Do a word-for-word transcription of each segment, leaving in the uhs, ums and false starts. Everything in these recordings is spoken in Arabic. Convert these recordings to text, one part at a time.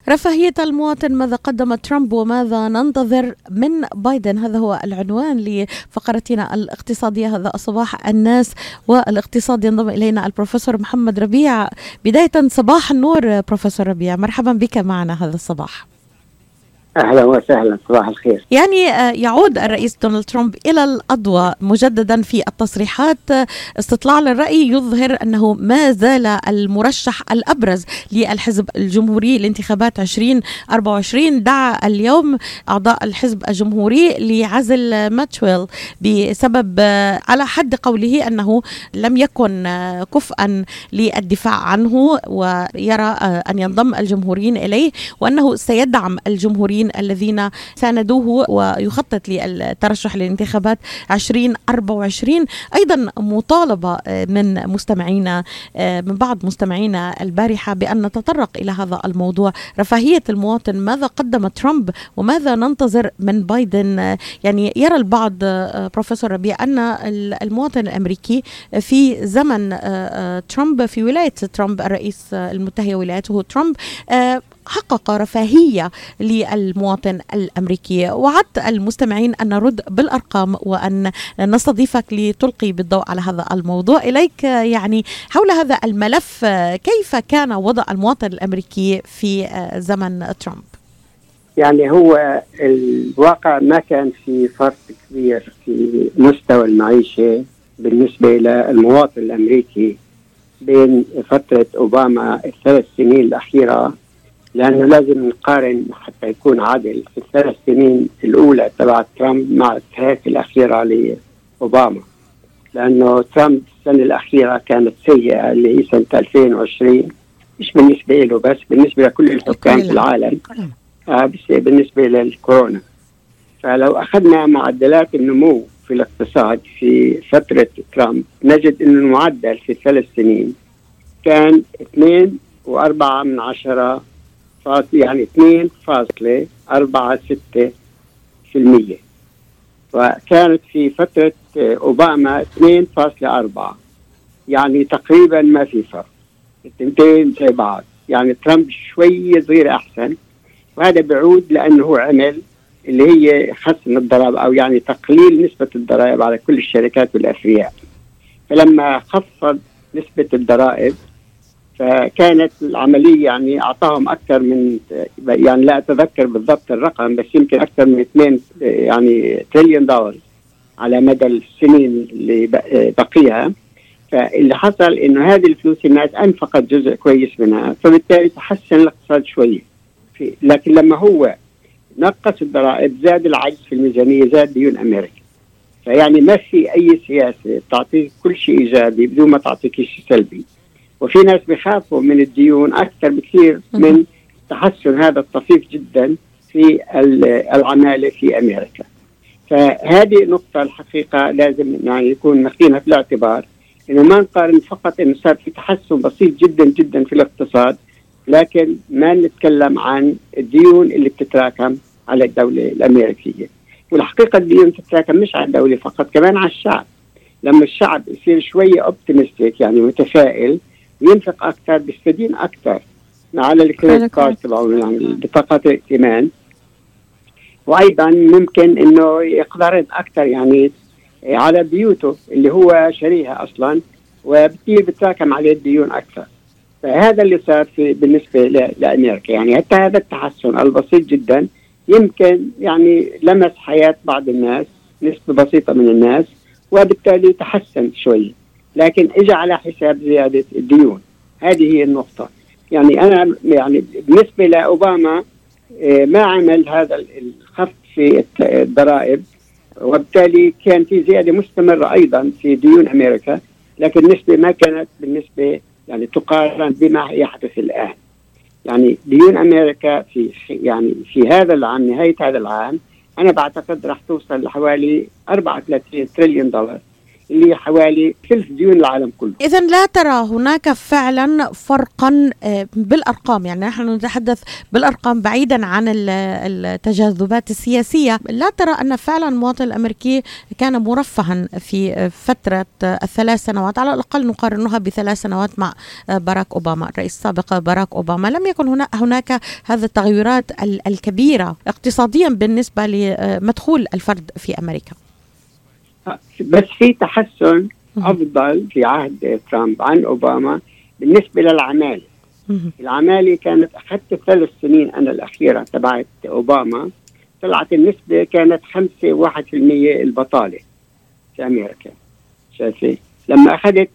رفاهية المواطن، ماذا قدم ترامب وماذا ننتظر من بايدن؟ هذا هو العنوان لفقرتنا الاقتصادية هذا الصباح. الناس والاقتصاد. ينضم إلينا البروفيسور محمد ربيع. بداية صباح النور بروفيسور ربيع، مرحبا بك معنا هذا الصباح. أهلا وسهلا، صباح الخير. يعني يعود الرئيس دونالد ترامب إلى الأضواء مجددا في التصريحات. استطلاع للرأي يظهر أنه ما زال المرشح الأبرز للحزب الجمهوري لانتخابات عشرين أربعة وعشرين. دعا اليوم أعضاء الحزب الجمهوري لعزل ماتشويل بسبب على حد قوله أنه لم يكن كفءا للدفاع عنه، ويرى أن ينضم الجمهوريين إليه، وأنه سيدعم الجمهوريين الذين ساندوه ويخطط للترشح للانتخابات عشرين أربعة وعشرين. أيضا مطالبة من مستمعينا من بعض مستمعينا البارحة بأن نتطرق إلى هذا الموضوع، رفاهية المواطن، ماذا قدم ترامب وماذا ننتظر من بايدن؟ يعني يرى البعض بروفيسور ربيع أن المواطن الأمريكي في زمن ترامب، في ولاية ترامب الرئيس المتهيأ ولايته ترامب، حقق رفاهية للمواطن الأمريكي. وعدت المستمعين أن نرد بالأرقام وأن نستضيفك لتلقي بالضوء على هذا الموضوع. إليك يعني حول هذا الملف، كيف كان وضع المواطن الأمريكي في زمن ترامب؟ يعني هو الواقع ما كان في فرق كبير في مستوى المعيشة بالنسبة للمواطن الأمريكي بين فترة أوباما الثلاث سنين الأخيرة، لأنه لازم نقارن حتى يكون عادل في الثلاث سنين الأولى تبع ترامب مع الثلاث الأخيرة لأوباما، لأنه ترامب السنة الأخيرة كانت سيئة اللي هي سنة ألفين وعشرين، مش بالنسبة له بس، بالنسبة لكل الحكام في العالم، آه بس بالنسبة للكورونا. فلو أخذنا معدلات النمو في الاقتصاد في فترة ترامب نجد أن المعدل في الثلاث سنين كان اثنين وأربعة من عشرة، يعني اثنين فاصلة أربعة ستة في المية، وكانت في فترة أوباما اثنين فاصلة أربعة، يعني تقريبا ما في فرق، التنتين زي بعض. يعني ترامب شوية صغيرة أحسن، وهذا بعود لأنه عمل اللي هي خصم الضرائب، أو يعني تقليل نسبة الضرائب على كل الشركات والأثرياء. فلما خفض نسبة الضرائب فكانت العملية يعني أعطاهم أكثر من، يعني لا أتذكر بالضبط الرقم، بس يمكن أكثر من اثنين يعني تريليون دولار على مدى السنين اللي بقيها. فاللي حصل إنه هذه الفلوس الناس أنفقت جزء كويس منها، فبالتالي تحسن الاقتصاد شوية. لكن لما هو نقص الضرائب زاد العجز في الميزانية، زاد ديون أمريكا. فيعني ما في أي سياسة تعطيك كل شيء إيجابي بدون ما تعطيك شيء سلبي. وفي ناس بيخافوا من الديون أكثر بكثير من تحسن هذا الطفيف جدا في العمالة في أمريكا. فهذه نقطة الحقيقة لازم يعني يكون ناخذينها في الاعتبار، إنه ما نقارن فقط إنه صار في تحسن بسيط جدا جدا في الاقتصاد، لكن ما نتكلم عن الديون اللي بتتراكم على الدولة الأمريكية. والحقيقة الديون تتراكم مش على الدولة فقط، كمان على الشعب. لما الشعب يصير شوية اوبتيمستيك، يعني متفائل، ينفق أكثر، بيستدين أكثر على الكريدت كارد تبعه، يعني بطاقات الائتمان. وأيضا ممكن إنه يقترض أكثر يعني على بيوته اللي هو شاريها أصلا، وبالتالي بتراكم عليه الديون أكثر. فهذا اللي صار في بالنسبة لأمريكا. يعني حتى هذا التحسن البسيط جدا يمكن يعني لمس حياة بعض الناس، نسبة بسيطة من الناس، وبالتالي تحسن شوي، لكن اجى على حساب زيادة الديون. هذه هي النقطة. يعني أنا يعني بالنسبة لأوباما ما عمل هذا الخفض في الضرائب، وبالتالي كان في زيادة مستمرة أيضا في ديون أمريكا، لكن النسبة ما كانت بالنسبة يعني تقارن بما يحدث الآن. يعني ديون أمريكا في يعني في هذا العام، نهاية هذا العام، أنا بعتقد راح توصل لحوالي أربعة وثلاثين تريليون دولار، اللي حوالي ثلث ديون العالم كله. إذن لا ترى هناك فعلا فرقا بالأرقام، يعني نحن نتحدث بالأرقام بعيدا عن التجاذبات السياسية، لا ترى أن فعلا المواطن الأمريكي كان مرفها في فترة الثلاث سنوات، على الأقل نقارنها بثلاث سنوات مع باراك أوباما الرئيس السابق باراك أوباما، لم يكن هناك هناك هذه التغيرات الكبيرة اقتصاديا بالنسبة لمدخول الفرد في أمريكا. بس في تحسن أفضل في عهد ترامب عن أوباما بالنسبة للعمالة. العمالة كانت أخذت الثلاث سنين أنا الأخيرة تبعت أوباما، طلعت النسبة كانت خمسة واحد في المية البطالة في أمريكا. شايفين لما أخذت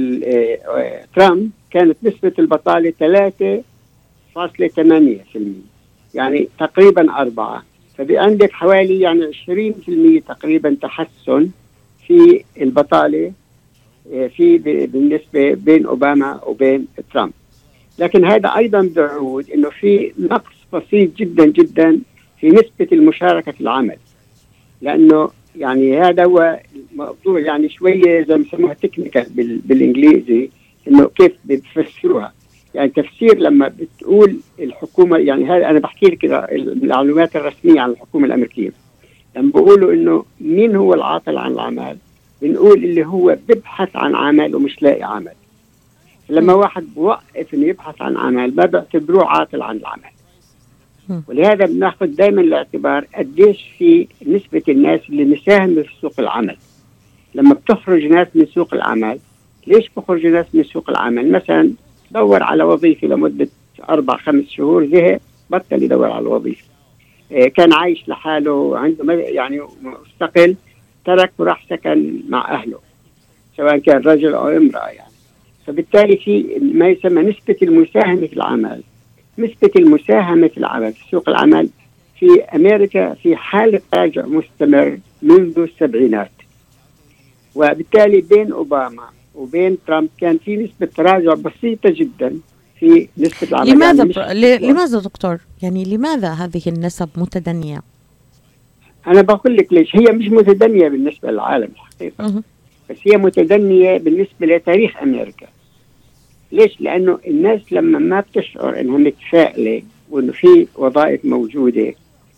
ترامب كانت نسبة البطالة ثلاثة فاصلة ثمانية في المية، يعني تقريبا أربعة. فبعندك حوالي يعني عشرين في المية تقريبا تحسن في البطالة في بالنسبة بين أوباما وبين ترامب. لكن هذا أيضا بيعود إنه في نقص بسيط جدا جدا في نسبة المشاركة في العمل، لأنه يعني هذا هو موضوع يعني شوية زي ما يسموها تكنيكال بالإنجليزي، إنه كيف بتفسروها. يعني تفسير لما بتقول الحكومة، يعني هذا أنا بحكي لك المعلومات الرسمية عن الحكومة الأمريكية، لما بقولوا إنه مين هو العاطل عن العمل، بنقول اللي هو ببحث عن عمل ومش لاقي عمل. لما واحد بوقف إنه يبحث عن عمل ما بعتبروه عاطل عن العمل. ولهذا بناخذ دائما الاعتبار قديش في نسبة الناس اللي مساهمة في سوق العمل. لما بتخرج ناس من سوق العمل، ليش بخرج ناس من سوق العمل؟ مثلا دور على وظيفة لمدة أربع خمس شهور، زهق بطل يدور على الوظيفة. إيه كان عايش لحاله عنده يعني مستقل، ترك وراح سكن مع أهله سواء كان رجل أو امرأة يعني. فبالتالي في ما يسمى نسبة المساهمة في العمل. نسبة المساهمة في العمل في سوق العمل في أمريكا في حالة تراجع مستمر منذ السبعينات، وبالتالي بين أوباما وبين ترامب كان في نسبة تراجع بسيطة جدا في نسبة العمل. لماذا يعني ب... لماذا دكتور؟ يعني لماذا هذه النسب متدنية؟ أنا بقول لك ليش. هي مش متدنية بالنسبة للعالم الحقيقة، أه. بس هي متدنية بالنسبة لتاريخ أمريكا. ليش؟ لأنه الناس لما ما بتشعر إنها متفائلة وإنه في وظائف موجودة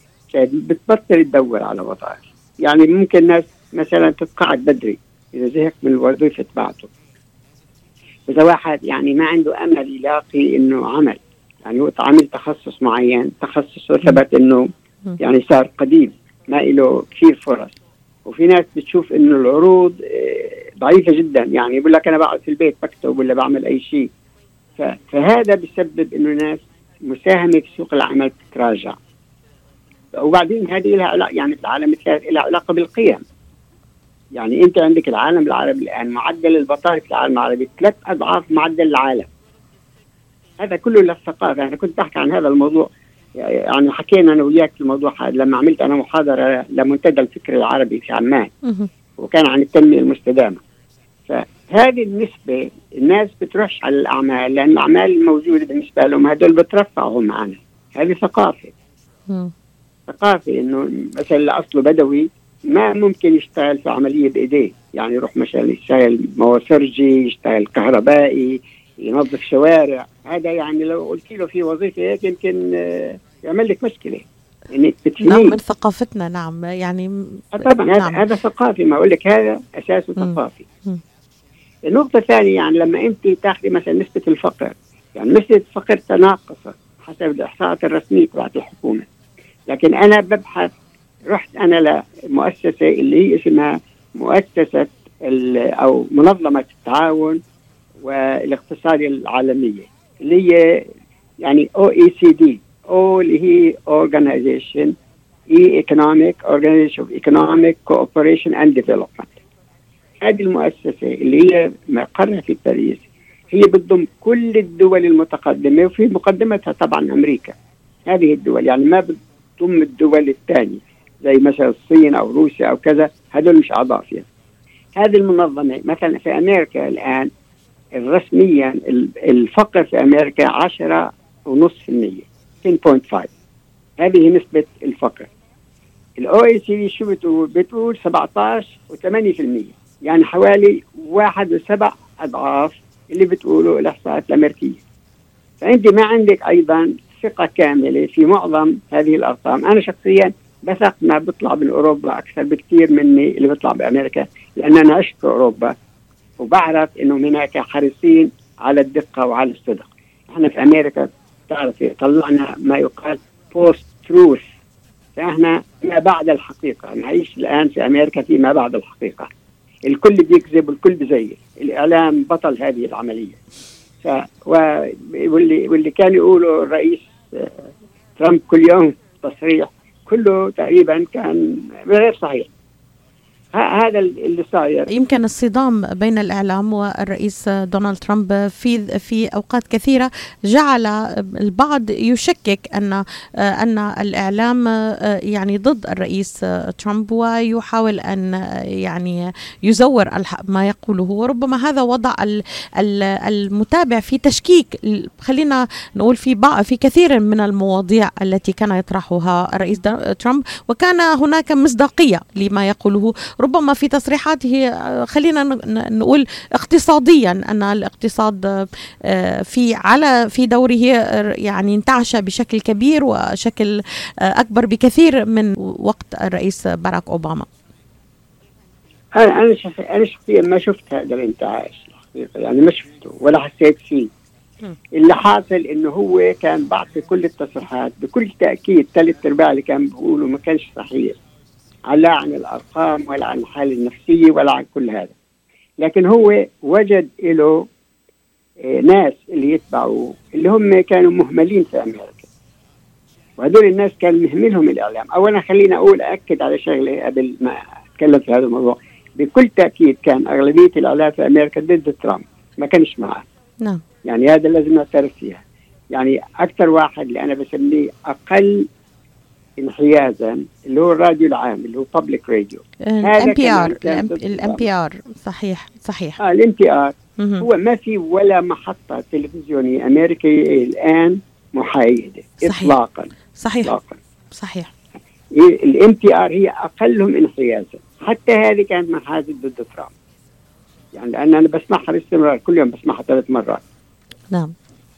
بتبطل تدور على وظائف. يعني ممكن ناس مثلا تتقاعد بدري إذا زهق من الوظيفة تبعته. إذا واحد يعني ما عنده أمل يلاقي إنه عمل، يعني هو عمل تخصص معين، تخصصه ثبت إنه يعني صار قديم ما له كثير فرص. وفي ناس بتشوف إنه العروض ضعيفة جدا، يعني يقول لك أنا بقعد في البيت بكتب ولا بعمل أي شيء. فهذا بيسبب إنه ناس مساهمة في سوق العمل تتراجع. وبعدين هذه لها علاقة يعني في العالم الثالث لها علاقة بالقيم. يعني أنت عندك العالم العربي الآن معدل البطالة في العالم العربي ثلاث أضعاف معدل العالم. هذا كله للثقافة. أنا كنت أحكي عن هذا الموضوع، يعني حكينا أنا وياك في الموضوع هذا لما عملت أنا محاضرة لمنتدى الفكر العربي في عمان، وكان عن التنمية المستدامة. فهذه النسبة الناس بترش على الأعمال، لأن الأعمال الموجودة بالنسبة لهم هدول بترفعهم معنا. هذه ثقافة. ثقافة إنه مثلا لأصله بدوي ما ممكن يشتغل في عملية بإيديه، يعني يروح مثلا يشتغل مواسرجي، يشتغل كهربائي، ينظف شوارع. هذا يعني لو قلت له في وظيفة هيك يمكن يعمل لك مشكلة. يعني نعم من ثقافتنا. نعم يعني طبعا نعم. هذا ثقافي، ما أقول لك هذا أساسه ثقافي. النقطة الثانية يعني لما أنت تأخذي مثلا نسبة الفقر، يعني نسبة الفقر تناقصت حسب الإحصاءات الرسمية تبعت الحكومة. لكن أنا ببحث، رحت أنا لمؤسسة اللي هي اسمها مؤسسة أو منظمة التعاون والاقتصادي العالمية، اللي هي يعني أو إي سي دي، أو اللي هي Organization E Economic Organization of Economic Cooperation and Development. هذه المؤسسة اللي هي مقرها في باريس هي بتضم كل الدول المتقدمة، وفي مقدمتها طبعا أمريكا. هذه الدول يعني ما بتضم الدول الثانية زي مثلا الصين أو روسيا أو كذا، هذول مش أعضاء فيها. هذه المنظمة مثلا في أمريكا الآن رسميا الفقر في أمريكا عشرة ونص في المية، عشرة فاصلة خمسة. هذه نسبة الفقر. الأو إي سي دي شو بتقول؟ بتقول سبعة عشر وثمانية في المية. يعني حوالي واحد وسبع أضعاف اللي بتقوله الإحصاءات الأمريكية. فأنت ما عندك أيضا ثقة كاملة في معظم هذه الأرقام. أنا شخصيا بثق ما بيطلع من أوروبا أكثر بكثير مني اللي بيطلع بأمريكا، لأن أنا عشت في أوروبا وبعرف إنه هناك حريصين على الدقة وعلى الصدق. إحنا في أمريكا تعرفي طلعنا ما يقال post truth، فإحنا ما بعد الحقيقة. نعيش الآن في أمريكا في ما بعد الحقيقة، الكل بيكذب والكل بيزيف، الإعلام بطل هذه العملية. ف واللي واللي كان يقوله الرئيس ترامب كل يوم تصريح كله تقريبا كان غير صحيح. هذا اللي صاير. يمكن الصدام بين الإعلام والرئيس دونالد ترامب في في أوقات كثيرة جعل البعض يشكك أن أن الإعلام يعني ضد الرئيس ترامب ويحاول أن يعني يزور ما يقوله، وربما هذا وضع المتابع في تشكيك. خلينا نقول في بعض في كثير من المواضيع التي كان يطرحها الرئيس ترامب، وكان هناك مصداقية لما يقوله، ربما في تصريحاته خلينا نقول اقتصاديا أن الاقتصاد في على في دوره يعني انتعش بشكل كبير وشكل أكبر بكثير من وقت الرئيس باراك أوباما. أنا أنا شخصيا ما شفت هذا الانتعاش الحقيقة، يعني ما شفته ولا حسيت فيه. اللي حاصل إنه هو كان بعد كل التصريحات بكل تأكيد ثلاث أرباع اللي كان بيقولوا ما كانش صحيح، لا عن الأرقام ولا عن الحالة النفسية ولا عن كل هذا. لكن هو وجد له ناس اللي يتبعوه اللي هم كانوا مهملين في أمريكا، وهذول الناس كان مهملهم الإعلام. أولا خلينا أقول أكد على شغلة قبل ما أتكلم في هذا الموضوع. بكل تأكيد كان أغلبية الإعلام في أمريكا ضد ترامب، ما كانش معه. نعم. يعني هذا لازم نعترف فيها. يعني أكثر واحد اللي أنا بسميه أقل انحيازا اللي هو الراديو العام اللي هو public radio، الام بي ار الام بي ار صحيح صحيح اه الام بي ار هو ما في ولا محطة تلفزيونية أمريكية الآن محايدة إطلاقا. صحيح إطلاقا. صحيح. الام بي ار هي أقلهم انحيازا، حتى هذه كانت منحازة ضد ترامب، يعني لأن أنا بسمعها باستمرار كل يوم، بسمعها ثلاث مرات. نعم.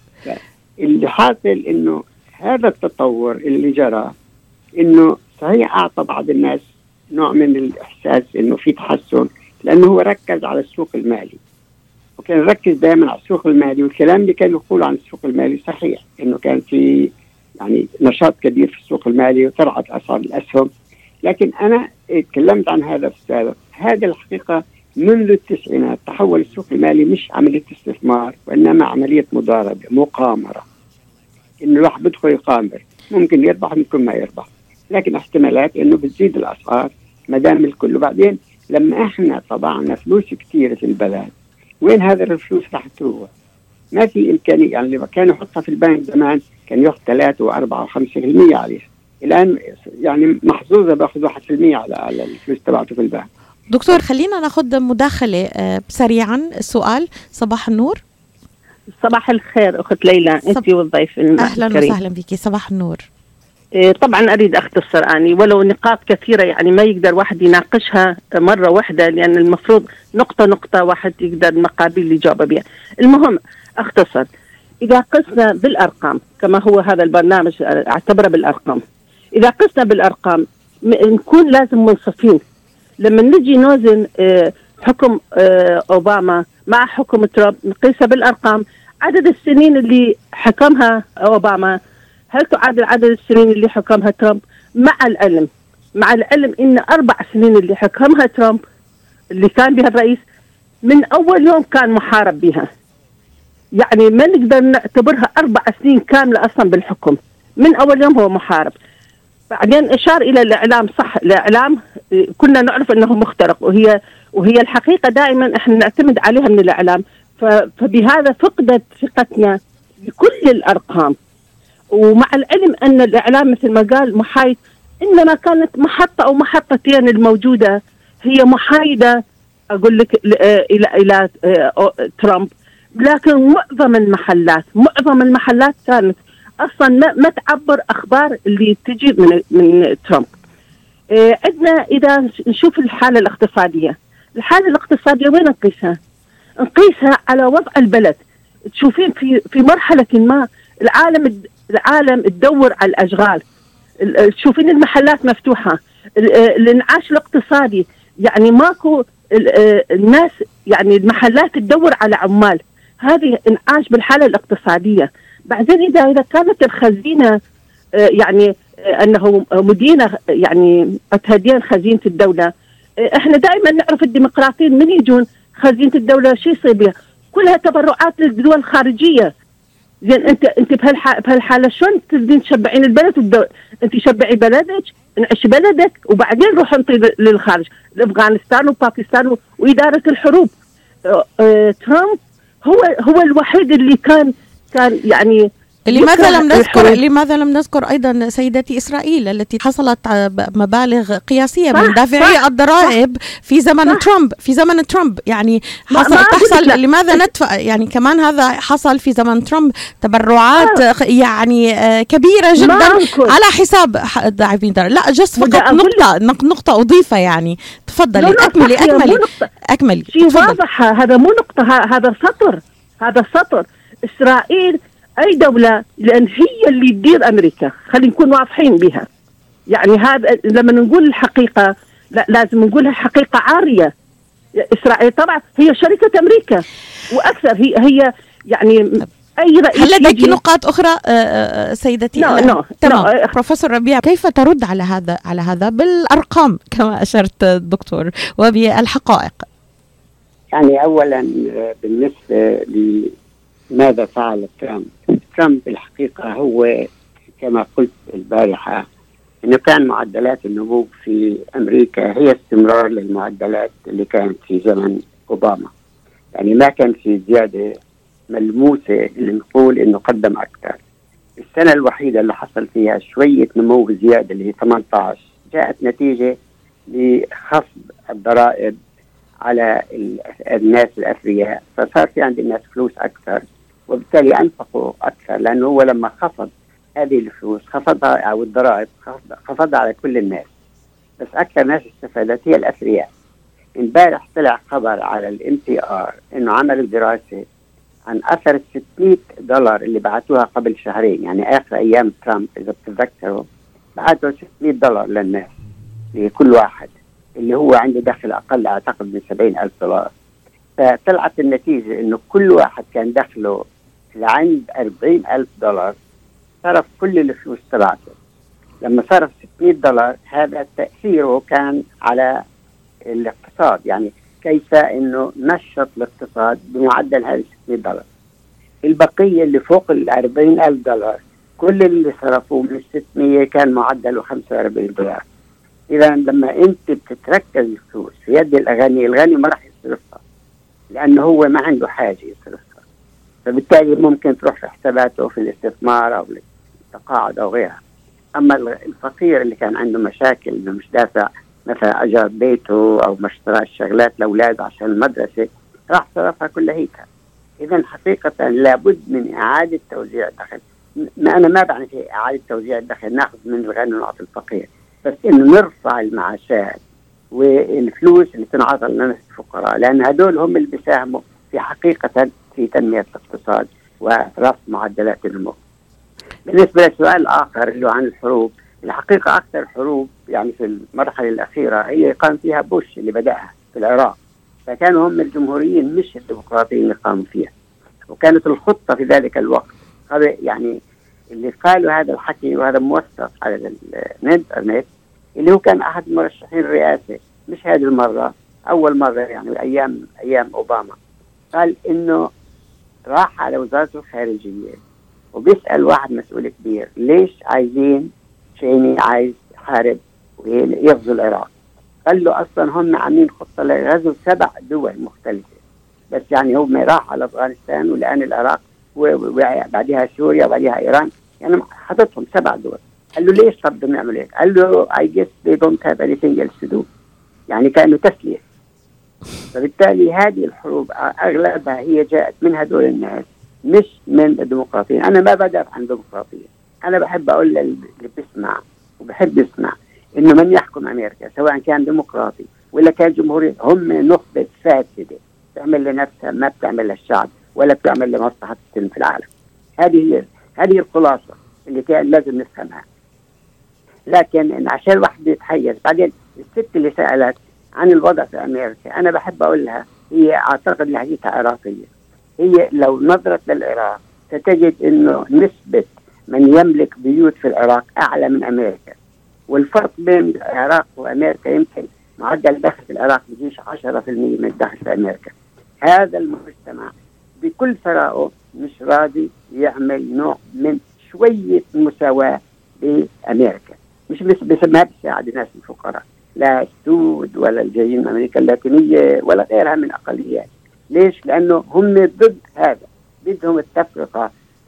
اللي حاصل إنه هذا التطور اللي جرى إنه صحيح أعطى بعض الناس نوع من الإحساس إنه في تحسن، لأنه هو ركز على السوق المالي، وكان ركز دائما على السوق المالي، والكلام اللي كان يقول عن السوق المالي صحيح، إنه كان في يعني نشاط كبير في السوق المالي وترعت أسعار الأسهم. لكن أنا تكلمت عن هذا في السابق. هذا الحقيقة منذ التسعينات تحول السوق المالي مش عملية استثمار وإنما عملية مضاربة، مقامرة، إنه الواحد بدخل يقامر، ممكن يربح ممكن ما يربح، لكن احتمالات إنه بتزيد الأسعار ما دام الكل. وبعدين لما إحنا طبعنا فلوس كتير في البلد، وين هذا الفلوس راح تروح؟ ما في إمكانية. يعني لما كانوا يحطها في البنك زمان كان يأخذ ثلاثة وأربعة وخمسة في المية عليها، الآن يعني محظوظة بأخذ واحد في المية على على الفلوس تبعته في البنك. دكتور خلينا ناخذ مداخلة سريعا. السؤال. صباح النور. صباح الخير أخت ليلى، أنت والضيف الكريم. أهلا وسهلا بك. صباح النور. طبعا أريد أختصر أني ولو نقاط كثيرة يعني ما يقدر واحد يناقشها مرة واحدة، لأن المفروض نقطة نقطة واحد يقدر مقابل اللي جاوب بها. المهم أختصر. إذا قسنا بالأرقام كما هو هذا البرنامج أعتبره بالأرقام، إذا قسنا بالأرقام نكون لازم منصفين. لما نجي نوزن حكم أوباما مع حكم ترامب نقيسها بالأرقام. عدد السنين اللي حكمها أوباما هل تعادل عدد السنين اللي حكمها ترامب؟ مع العلم مع العلم إن أربع سنين اللي حكمها ترامب اللي كان بها الرئيس من أول يوم كان محارب بها، يعني ما نقدر نعتبرها أربع سنين كاملة أصلا بالحكم، من أول يوم هو محارب. بعدين أشار إلى الإعلام. صح، الإعلام كنا نعرف أنه مخترق، وهي وهي الحقيقة دائما إحنا نعتمد عليها من الإعلام، فبهذا فقدت ثقتنا بكل الأرقام. ومع العلم أن الإعلام مثل ما قال محايد، إنما كانت محطة أو محطتين الموجودة هي محايدة أقول لك إلى إلى ترامب، لكن معظم المحلات معظم المحلات كانت أصلا ما, ما تعبر أخبار اللي تجي من من ترامب. عندنا إذا نشوف الحالة الاقتصادية، الحالة الاقتصادية وين نقيسها؟ نقيسها على وضع البلد. تشوفين في في مرحلة ما العالم العالم تدور على الأشغال، تشوفين المحلات مفتوحة، الانعاش الاقتصادي يعني ماكو الناس، يعني المحلات تدور على عمال، هذه انعاش بالحالة الاقتصادية. بعدين إذا إذا كانت الخزينة يعني أنه مدينة يعني أتهدين خزينة الدولة، إحنا دائما نعرف الديمقراطيين من يجون خزينة الدولة شو يصير بها؟ كلها تبرعات للدول الخارجية. زين انت انت بهالح... بهالحاله شلون تقدرين تشبعين البلد والدول؟ انت شبعي بلدك، انعش بلدك، وبعدين روح انطي للخارج، لافغانستان وباكستان و... واداره الحروب. اه... اه... ترامب هو هو الوحيد اللي كان كان يعني لماذا لم نذكر لماذا لم نذكر ايضا سيدتي اسرائيل التي حصلت مبالغ قياسيه من دافعي الضرائب في زمن صح. ترامب في زمن ترامب يعني حصل تحصل لماذا ندفع يعني كمان هذا حصل في زمن ترامب تبرعات آه. يعني كبيره جدا على حساب دافعي الضرائب. لا جست فقط نقطه نقطه اضيفه يعني. تفضلي اكملي اكملي اكملي شيء واضح. هذا مو نقطه، هذا سطر هذا سطر. اسرائيل أي دولة لأن هي اللي تدير أمريكا، خلينا نكون واضحين بها. يعني هذا لما نقول الحقيقة لا لازم نقولها حقيقة عارية. إسرائيل طبعا هي شركة أمريكا وأكثر، هي هي يعني أي رئيس. هل لديك نقاط أخرى سيدتي؟ لا لا تمام. بروفيسور ربيع، كيف ترد على هذا على هذا بالأرقام كما أشرت الدكتور وبالحقائق؟ يعني أولا بالنسبة ل ماذا فعل ترامب؟ ترامب بالحقيقة هو كما قلت البارحة أنه كان معدلات النمو في أمريكا هي استمرار للمعدلات اللي كانت في زمن أوباما. يعني ما كان في زيادة ملموسة اللي نقول أنه قدم أكثر. السنة الوحيدة اللي حصل فيها شوية نمو بزيادة اللي هي ثمانية عشر جاءت نتيجة لخفض الضرائب على الناس الأثرياء، فصار في عند الناس فلوس أكثر وبالتالي أنفقوا أكثر، لأنه هو لما خفض هذه الفلوس خفضها أو الضرائب خفضها على كل الناس، بس أكثر ناس استفادت هي الأثرياء. امبارح طلع خبر على الام تي ار إنه عملوا دراسة عن أثر ستمائة دولار اللي بعتوها قبل شهرين، يعني آخر أيام ترامب إذا بتتذكروا بعتوا ستمائة دولار للناس لكل واحد اللي هو عنده دخل أقل أعتقد من سبعين ألف دولار. فطلعت النتيجة إنه كل واحد كان دخله لعند أربعين ألف دولار صرف كل الفلوس تبعته. لما صرف ستمائة دولار هذا تأثيره كان على الاقتصاد، يعني كيف إنه نشط الاقتصاد بمعدل هذه ستمائة دولار. البقية اللي فوق الأربعين ألف دولار كل اللي صرفوه من ستمائة كان معدله خمسة وأربعين دولار. إذا لما أنت بتتركز الفلوس في يد الأغني، الغني ما راح يصرفها لأنه هو ما عنده حاجة يصرفها، فبالتالي ممكن تروح في حساباته في الاستثمار أو التقاعد أو غيرها. أما الفقير اللي كان عنده مشاكل إنه مش دافع مثلا أجار بيته أو ما اشترى شغلات لأولاده عشان المدرسة راح صرفها كلها هيك. إذا حقيقة لابد من إعادة توزيع الدخل. ما أنا ما بعني في إعادة توزيع الدخل نأخذ من الغني ونعطي الفقير، بس إنه نرفع المعاشات والفلوس اللي تنعطى للناس الفقراء، لأن هدول هم اللي بيساهموا في حقيقة في تنمية الاقتصاد ورفع معدلات النمو. بالنسبة للسؤال الآخر اللي هو عن الحروب، الحقيقة أكثر حروب يعني في المرحلة الأخيرة هي قام فيها بوش اللي بدأها في العراق، فكانوا هم الجمهوريين مش الديمقراطيين اللي قاموا فيها. وكانت الخطة في ذلك الوقت يعني اللي قالوا هذا الحكي وهذا موثق على الانترنت، اللي هو كان أحد مرشحين الرئاسة مش هذه المرة، أول مرة يعني أيام أيام أوباما، قال إنه راح على وزارة الخارجية وبيسأل واحد مسؤول كبير ليش عايزين تشيني عايز يحارب ويغزو العراق. قال له أصلا هم عاملين خطة لغزو سبع دول مختلفة، بس يعني هو ما راح على أفغانستان والآن العراق وبعدها سوريا وبعدها إيران، يعني حطتهم سبع دول. قال له ليش طب بنعمل هيك؟ قال له I guess they don't have anything else to do، يعني كأنه تسلية. فبالتالي هذه الحروب أغلبها هي جاءت من هدول الناس مش من الديمقراطيين. أنا ما بدافع عن الديمقراطية، أنا بحب أقول للي بيسمع وبحب يسمع إنه من يحكم أمريكا سواء كان ديمقراطي ولا كان جمهوري، هم نخبة فاسدة تعمل لنفسها ما بتعمل للشعب ولا بتعمل لمصلحة السلم في العالم. هذه هي هذه الخلاصة اللي كان لازم نفهمها. لكن عشان الواحد يتحيز. بعدين الست اللي سألت عن الوضع في أمريكا، أنا بحب أقول لها هي أعتقد لهجتها عراقية. هي لو نظرت للعراق ستجد إنه نسبة من يملك بيوت في العراق أعلى من أمريكا، والفرق بين العراق وأمريكا يمكن معدل دخل في العراق بيجيش عشرة بالمئة من الدخل في أمريكا. هذا المجتمع بكل ثرائه مش راضي يعمل نوع من شوية مساواة بأمريكا، مش بس بس ما بيساعد الناس الفقراء، لا السود ولا الجايين من أمريكا اللاتينية ولا غيرها من أقليات. ليش؟ لأنه هم ضد هذا، بدهم التفرقة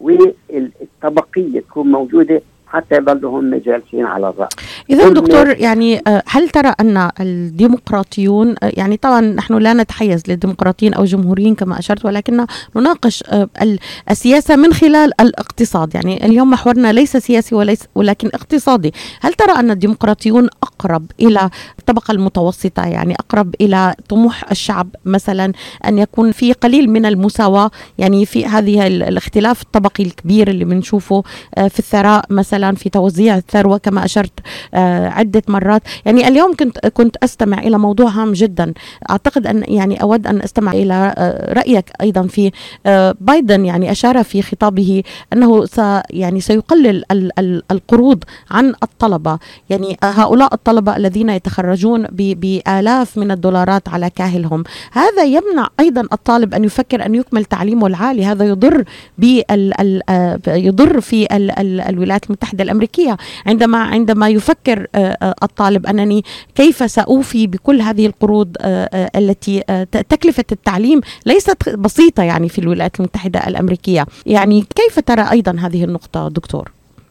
والطبقية تكون موجودة حتى يظلوا هم جالسين على الرأس. إذا دكتور، يعني هل ترى أن الديمقراطيون، يعني طبعا نحن لا نتحيز للديمقراطيين أو جمهوريين كما أشرت، ولكن نناقش السياسة من خلال الاقتصاد، يعني اليوم محورنا ليس سياسي وليس ولكن اقتصادي. هل ترى أن الديمقراطيون أقرب إلى الطبقة المتوسطة، يعني أقرب إلى طموح الشعب مثلا أن يكون في قليل من المساواة، يعني في هذه الاختلاف الطبقي الكبير اللي بنشوفه في الثراء مثلا، في توزيع الثروة كما أشرت عدة مرات؟ يعني اليوم كنت كنت أستمع إلى موضوع هام جدا، أعتقد أن يعني أود أن أستمع إلى رأيك أيضا في بايدن. يعني أشار في خطابه أنه س يعني سيقلل القروض عن الطلبة، يعني هؤلاء الطلبة الذين يتخرجون بآلاف من الدولارات على كاهلهم. هذا يمنع أيضا الطالب أن يفكر أن يكمل تعليمه العالي، هذا يضر بال يضر في ال ال الولايات المتحدة الأمريكية عندما عندما يفكر الطالب أنني كيف سأوفي بكل هذه القروض التي تكلفة التعليم ليست بسيطة يعني في الولايات المتحدة الأمريكية. يعني كيف ترى أيضا هذه النقطة دكتور؟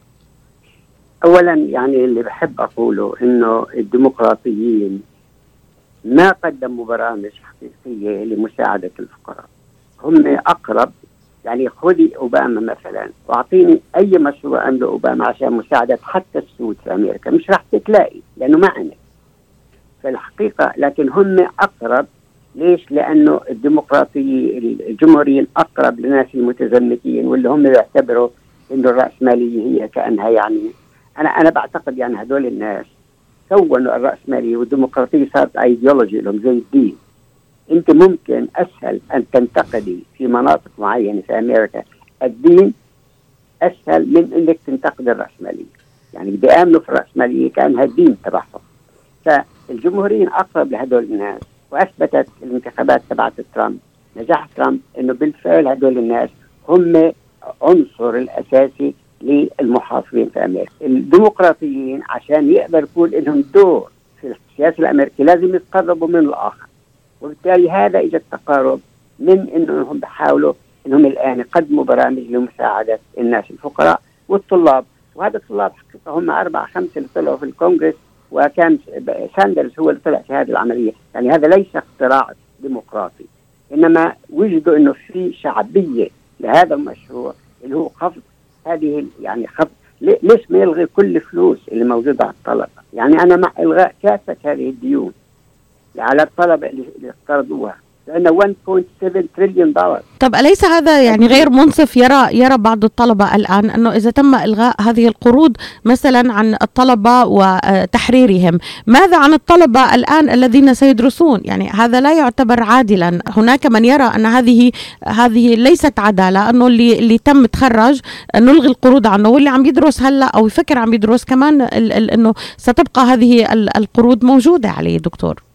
أولا يعني اللي بحب أقوله إنه الديمقراطيين ما قدموا برامج حقيقية لمساعدة الفقراء. هم أقرب، يعني خذي أوباما مثلا وأعطيني أي مشروع عمله أوباما عشان مساعدة حتى السود في أمريكا، مش راح تلاقي لأنه ما عمل في الحقيقة. لكن هم أقرب. ليش؟ لأنه الديمقراطيين الجمهوريين أقرب للناس المتزمتين، واللي هم يعتبروا إنه الرأسمالية هي كأنها يعني أنا أنا بعتقد يعني هدول الناس كونوا الرأسمالية والديمقراطية صارت أيديولوجي لهم زي الدين. أنت ممكن أسهل أن تنتقدي في مناطق معينة في أمريكا الدين أسهل من أنك تنتقد الرأسمالية، يعني بدي آمنوا في الرأسمالية كأنها الدين تبعهم. فالجمهوريين أقرب لهدول الناس، وأثبتت الانتخابات تبعت ترامب نجاح ترامب أنه بالفعل هدول الناس هم عنصر الأساسي للمحافظين في أمريكا. الديمقراطيين عشان يقدر يكون لهم دور في السياسة الأمريكية لازم يتقربوا من الآخر، وبالتالي هذا إجا التقارب من إنهم بحاولوا إنهم الآن يقدموا برامج لمساعدة الناس الفقراء والطلاب. وهذا الطلاب حقيقة هم أربعة خمسة اللي طلعوا في الكونغرس، وكان ساندرز هو اللي طلع في هذه العملية. يعني هذا ليس اختراع ديمقراطي، إنما وجدوا إنه في شعبية لهذا المشروع اللي هو خفض هذه يعني خفض. ليش ما يلغي كل فلوس اللي موجودة على الطلبة؟ يعني أنا مع إلغاء كافة هذه الديون على الطلبة اللي اقترضوها، لأنه واحد فاصلة سبعة تريليون دولار. طب أليس هذا يعني غير منصف؟ يرى يرى بعض الطلبة الآن أنه إذا تم إلغاء هذه القروض مثلا عن الطلبة وتحريرهم، ماذا عن الطلبة الآن الذين سيدرسون؟ يعني هذا لا يعتبر عادلا. هناك من يرى أن هذه هذه ليست عدالة، أنه اللي اللي تم تخرج نلغي القروض عنه، واللي عم يدرس هلا أو يفكر عم يدرس كمان أنه ستبقى هذه القروض موجودة عليه. دكتور،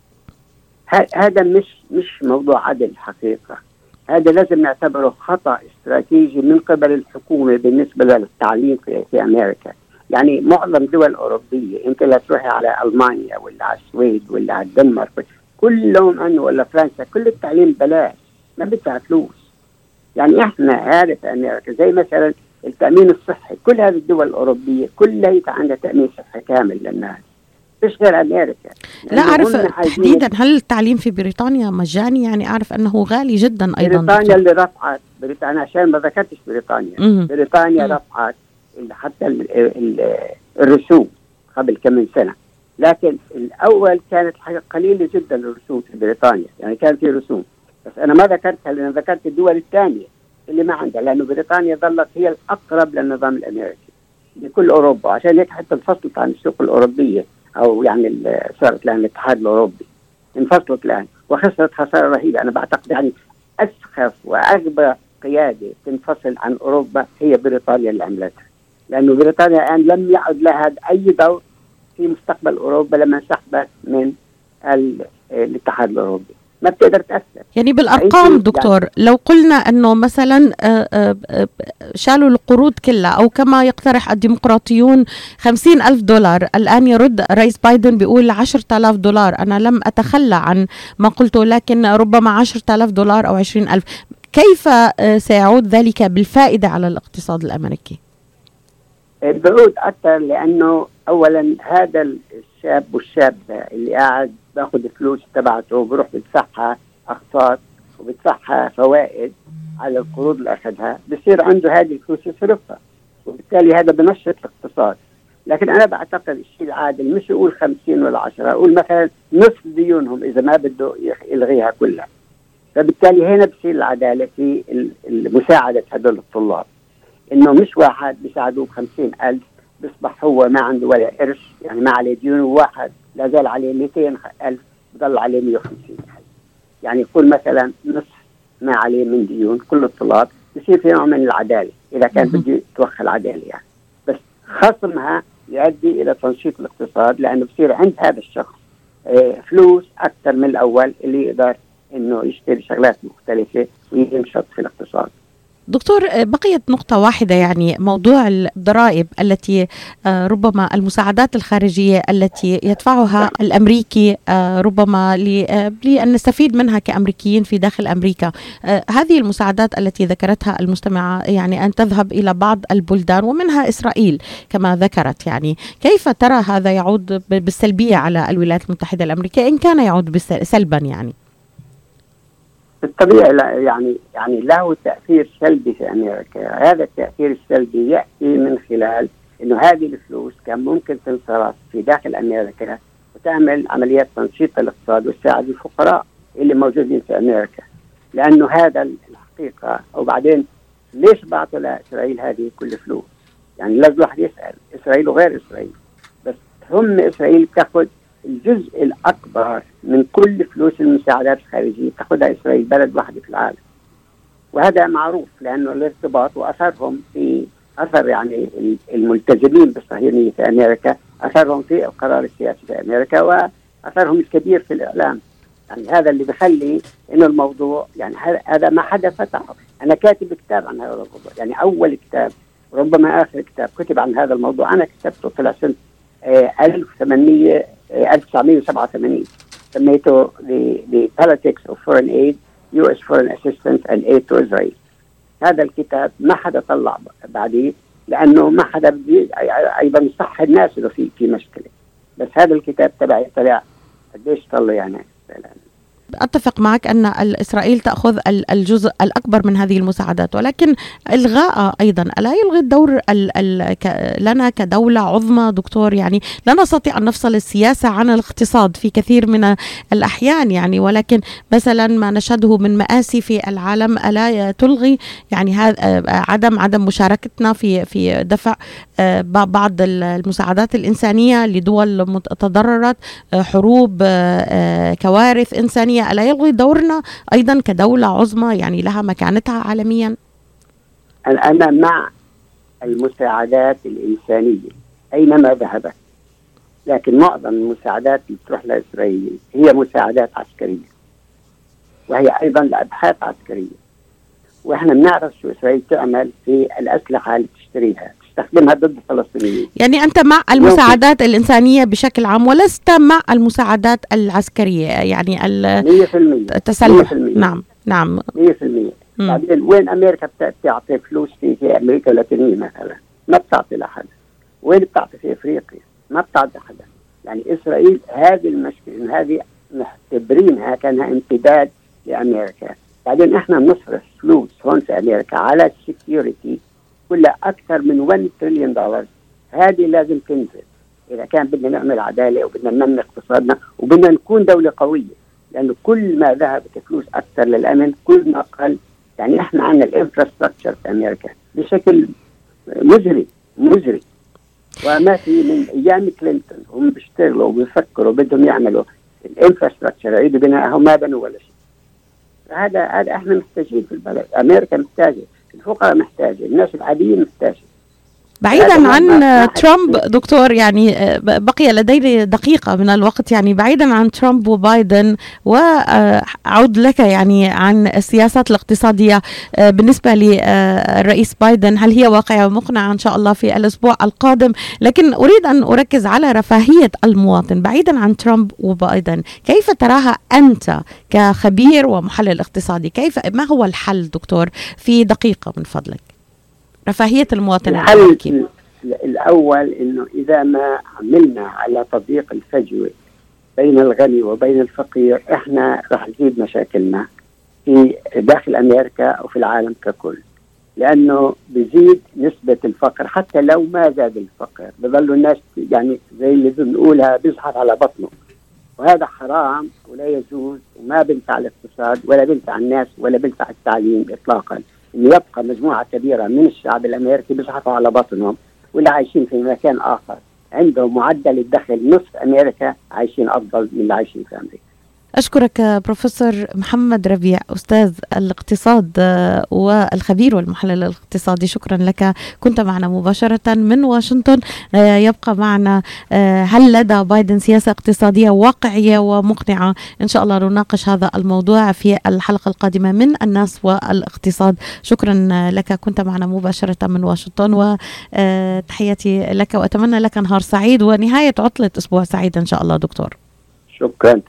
هذا مش مش موضوع عدل حقيقة. هذا لازم نعتبره خطأ استراتيجي من قبل الحكومة بالنسبة للتعليم في, في أمريكا. يعني معظم الدول الأوروبية، أنت لا تروحي على ألمانيا ولا على السويد ولا على الدنمارك كلهم عنه ولا فرنسا كل التعليم بلاش، ما بدفع فلوس. يعني إحنا هذا في أمريكا زي مثلا التأمين الصحي، كل هذه الدول الأوروبية كلها عندها تأمين صحي كامل للناس، مش غير أمريكا. لا أعرف تحديدا هل التعليم في بريطانيا مجاني؟ يعني أعرف أنه غالي جدا أيضا. بريطانيا اللي رفعت بريطانيا عشان ما ذكرتش بريطانيا مم. بريطانيا مم. رفعت حتى ال ال الرسوم قبل كم من سنة، لكن الأول كانت حاجة قليلة جدا الرسوم في بريطانيا، يعني كان في رسوم، بس أنا ما ذكرتها لأن ذكرت الدول الثانية اللي ما عندها، لأنه بريطانيا ظلت هي الأقرب للنظام الأمريكي لكل أوروبا، عشان هيك حتى انفصلت عن السوق الأوروبية، أو يعني صارت الآن الاتحاد الأوروبي، انفصلت الآن وخسرت خسارة رهيبة. أنا بعتقد يعني أسخف وأغبى قيادة تنفصل عن أوروبا هي بريطانيا اللي عملتها، لأنه بريطانيا الآن لم يعد لها أي دور في مستقبل أوروبا لما انسحبت من الاتحاد الأوروبي، ما بتقدر تأثر. يعني بالأرقام دكتور يعني لو قلنا أنه مثلا شالوا القروض كلها، أو كما يقترح الديمقراطيون خمسين ألف دولار، الآن يرد رئيس بايدن بيقول عشرة آلاف دولار، أنا لم أتخلى عن ما قلته لكن ربما عشرة آلاف دولار أو عشرين ألف، كيف سيعود ذلك بالفائدة على الاقتصاد الأمريكي؟ بعود أكثر، لأنه أولا هذا الشاب والشابة اللي قاعد باخذ فلوس تبعته وبروح بدفعها أقساط وبدفعها فوائد على القروض اللي أخذها، بصير عنده هذه الفلوس يصرفها، وبالتالي هذا بنشط الاقتصاد. لكن أنا بعتقد الشيء العادل مش يقول خمسين ولا عشرة، أقول مثلا نصف ديونهم إذا ما بده يلغيها كلها، فبالتالي هنا بصير العدالة في مساعدة هذول الطلاب، إنه مش واحد بيساعدوه بخمسين ألف بيصبح هو ما عنده ولا قرش، يعني ما عليه ديون، وواحد لا زال عليه مئتين ألف بضل عليه مئة وخمسين ألف، يعني يكون مثلا نصف ما عليه من ديون كل الطلاب، يصير في نوع من العدالة إذا كان بده يتوخى العدالة يعني. بس خصمها يؤدي إلى تنشيط الاقتصاد، لأنه بصير عند هذا الشخص فلوس أكثر من الأول اللي يقدر إنه يشتري شغلات مختلفة وينشط في الاقتصاد. دكتور، بقيت نقطة واحدة، يعني موضوع الضرائب التي ربما المساعدات الخارجية التي يدفعها الأمريكي ربما لأن نستفيد منها كأمريكيين في داخل أمريكا. هذه المساعدات التي ذكرتها المستمعة يعني أن تذهب إلى بعض البلدان ومنها إسرائيل كما ذكرت، يعني كيف ترى هذا يعود بالسلبية على الولايات المتحدة الأمريكية إن كان يعود سلبا؟ يعني بالطبيعي يعني يعني له تأثير سلبي في أمريكا. هذا التأثير السلبي يأتي من خلال إنه هذه الفلوس كان ممكن تنصرف في داخل أمريكا وتعمل عمليات تنشيط الاقتصاد وتساعد الفقراء اللي موجودين في أمريكا، لأنه هذا الحقيقة. وبعدين ليش بعثوا لإسرائيل هذه كل فلوس؟ يعني لازم الواحد يسأل، إسرائيل وغير إسرائيل، بس هم إسرائيل بتاخذ الجزء الأكبر من كل فلوس المساعدات الخارجية، تأخذها إسرائيل، بلد واحد في العالم، وهذا معروف لأنه الارتباط وأثرهم في أثر يعني الملتزمين بالصهيونية في أمريكا، أثرهم في القرار السياسي في أمريكا، وأثرهم الكبير في الإعلام. يعني هذا اللي بيخلي إنه الموضوع يعني هذا ما حدا فتحه. أنا كاتب كتاب عن هذا الموضوع، يعني أول كتاب ربما آخر كتاب كتب عن هذا الموضوع أنا كتبته طلع سنة ألف وثمانمئة ألف وتسعمئة وسبعة وثمانين، سميته The Politics of Foreign Aid يو إس Foreign Assistance and Aid to Israel. هذا الكتاب ما حدا طلع بعديه لأنه ما حدا أيضا يصح الناس إنه في في مشكلة، بس هذا الكتاب تبعي طلع قديش طلع يعني. أتفق معك أن إسرائيل تأخذ الجزء الأكبر من هذه المساعدات، ولكن إلغاء أيضا لا يلغي الدور ال ال ك لنا كدولة عظمى دكتور. يعني لا نستطيع أن نفصل السياسة عن الاقتصاد في كثير من الأحيان، يعني ولكن مثلا ما نشهده من مآسي في العالم ألا تلغي يعني هذا عدم عدم مشاركتنا في في دفع بعض المساعدات الإنسانية لدول تضررت، حروب، كوارث إنسانية، ألا يلغي دورنا أيضا كدولة عظمى يعني لها مكانتها عالميا؟ أنا مع المساعدات الإنسانية أينما ذهبت، لكن معظم المساعدات اللي تروح لإسرائيل هي مساعدات عسكرية، وهي أيضا لأبحاث عسكرية، وإحنا بنعرف شو إسرائيل تعمل في الأسلحة اللي تشتريها تستخدمها ضد الفلسطينيين. يعني أنت مع المساعدات الإنسانية بشكل عام ولست مع المساعدات العسكرية، يعني التسلح؟ نعم نعم مية في المية. بعدين وين أمريكا بتعطي فلوس في, في أمريكا اللاتينية مثلا؟ ما بتعطي لحد. وين بتعطي في أفريقيا؟ ما بتعطي حدا. يعني إسرائيل هذه المشكلة، هذه معتبرينها كانها امتداد لأمريكا. بعدين إحنا بنصرف فلوس هون في أمريكا على السكيورتي كلها أكثر من واحد تريليون دولار، هذه لازم تنزل. إذا كان بدنا نعمل عدالة وبدنا ننمي اقتصادنا وبدنا نكون دولة قوية، لأنه كل ما ذهبت فلوس أكثر للأمن كل ما قل. يعني إحنا عندنا الانفراستراكشر في أمريكا بشكل مزري مزري، وما في من أيام كلينتون هم بيشتغلوا وبيفكروا بدهم يعملوا الانفراستراكشر يعيدوا بناءها ما بنوا ولا شيء. هذا هذا إحنا محتاجين في البلد، أمريكا محتاجة، الفقراء محتاجة، الناس العاديين محتاجة. بعيدا عن ترامب دكتور، يعني بقي لدي دقيقة من الوقت، يعني بعيدا عن ترامب وبايدن، وأعود لك يعني عن السياسات الاقتصادية بالنسبة للرئيس بايدن، هل هي واقعة ومقنعة إن شاء الله في الأسبوع القادم؟ لكن أريد أن أركز على رفاهية المواطن بعيدا عن ترامب وبايدن، كيف تراها أنت كخبير ومحلل اقتصادي؟ كيف ما هو الحل دكتور في دقيقة من فضلك؟ رفاهية المواطن الأمريكي. الأول إنه إذا ما عملنا على تضييق الفجوة بين الغني وبين الفقير، إحنا رح نزيد مشاكلنا في داخل أمريكا أو في العالم ككل، لأنه بزيد نسبة الفقر. حتى لو ما زاد الفقر بظلوا الناس يعني زي اللي بنقولها بيزحف على بطنه، وهذا حرام ولا يجوز وما بنفع الاقتصاد ولا بنفع الناس ولا بنفع التعليم إطلاقا. إن يبقى مجموعة كبيرة من الشعب الأمريكي بيزحفوا على بطنهم، واللي عايشين في مكان آخر عندهم معدل الدخل نصف أمريكا عايشين أفضل من اللي عايشين في أمريكا. أشكرك بروفيسور محمد ربيع، أستاذ الاقتصاد والخبير والمحلل الاقتصادي، شكرا لك. كنت معنا مباشرة من واشنطن. يبقى معنا هل لدى بايدن سياسة اقتصادية واقعية ومقنعة؟ إن شاء الله نناقش هذا الموضوع في الحلقة القادمة من الناس والاقتصاد. شكرا لك، كنت معنا مباشرة من واشنطن، وتحياتي لك وأتمنى لك نهار سعيد ونهاية عطلة أسبوع سعيد إن شاء الله دكتور. شكرا.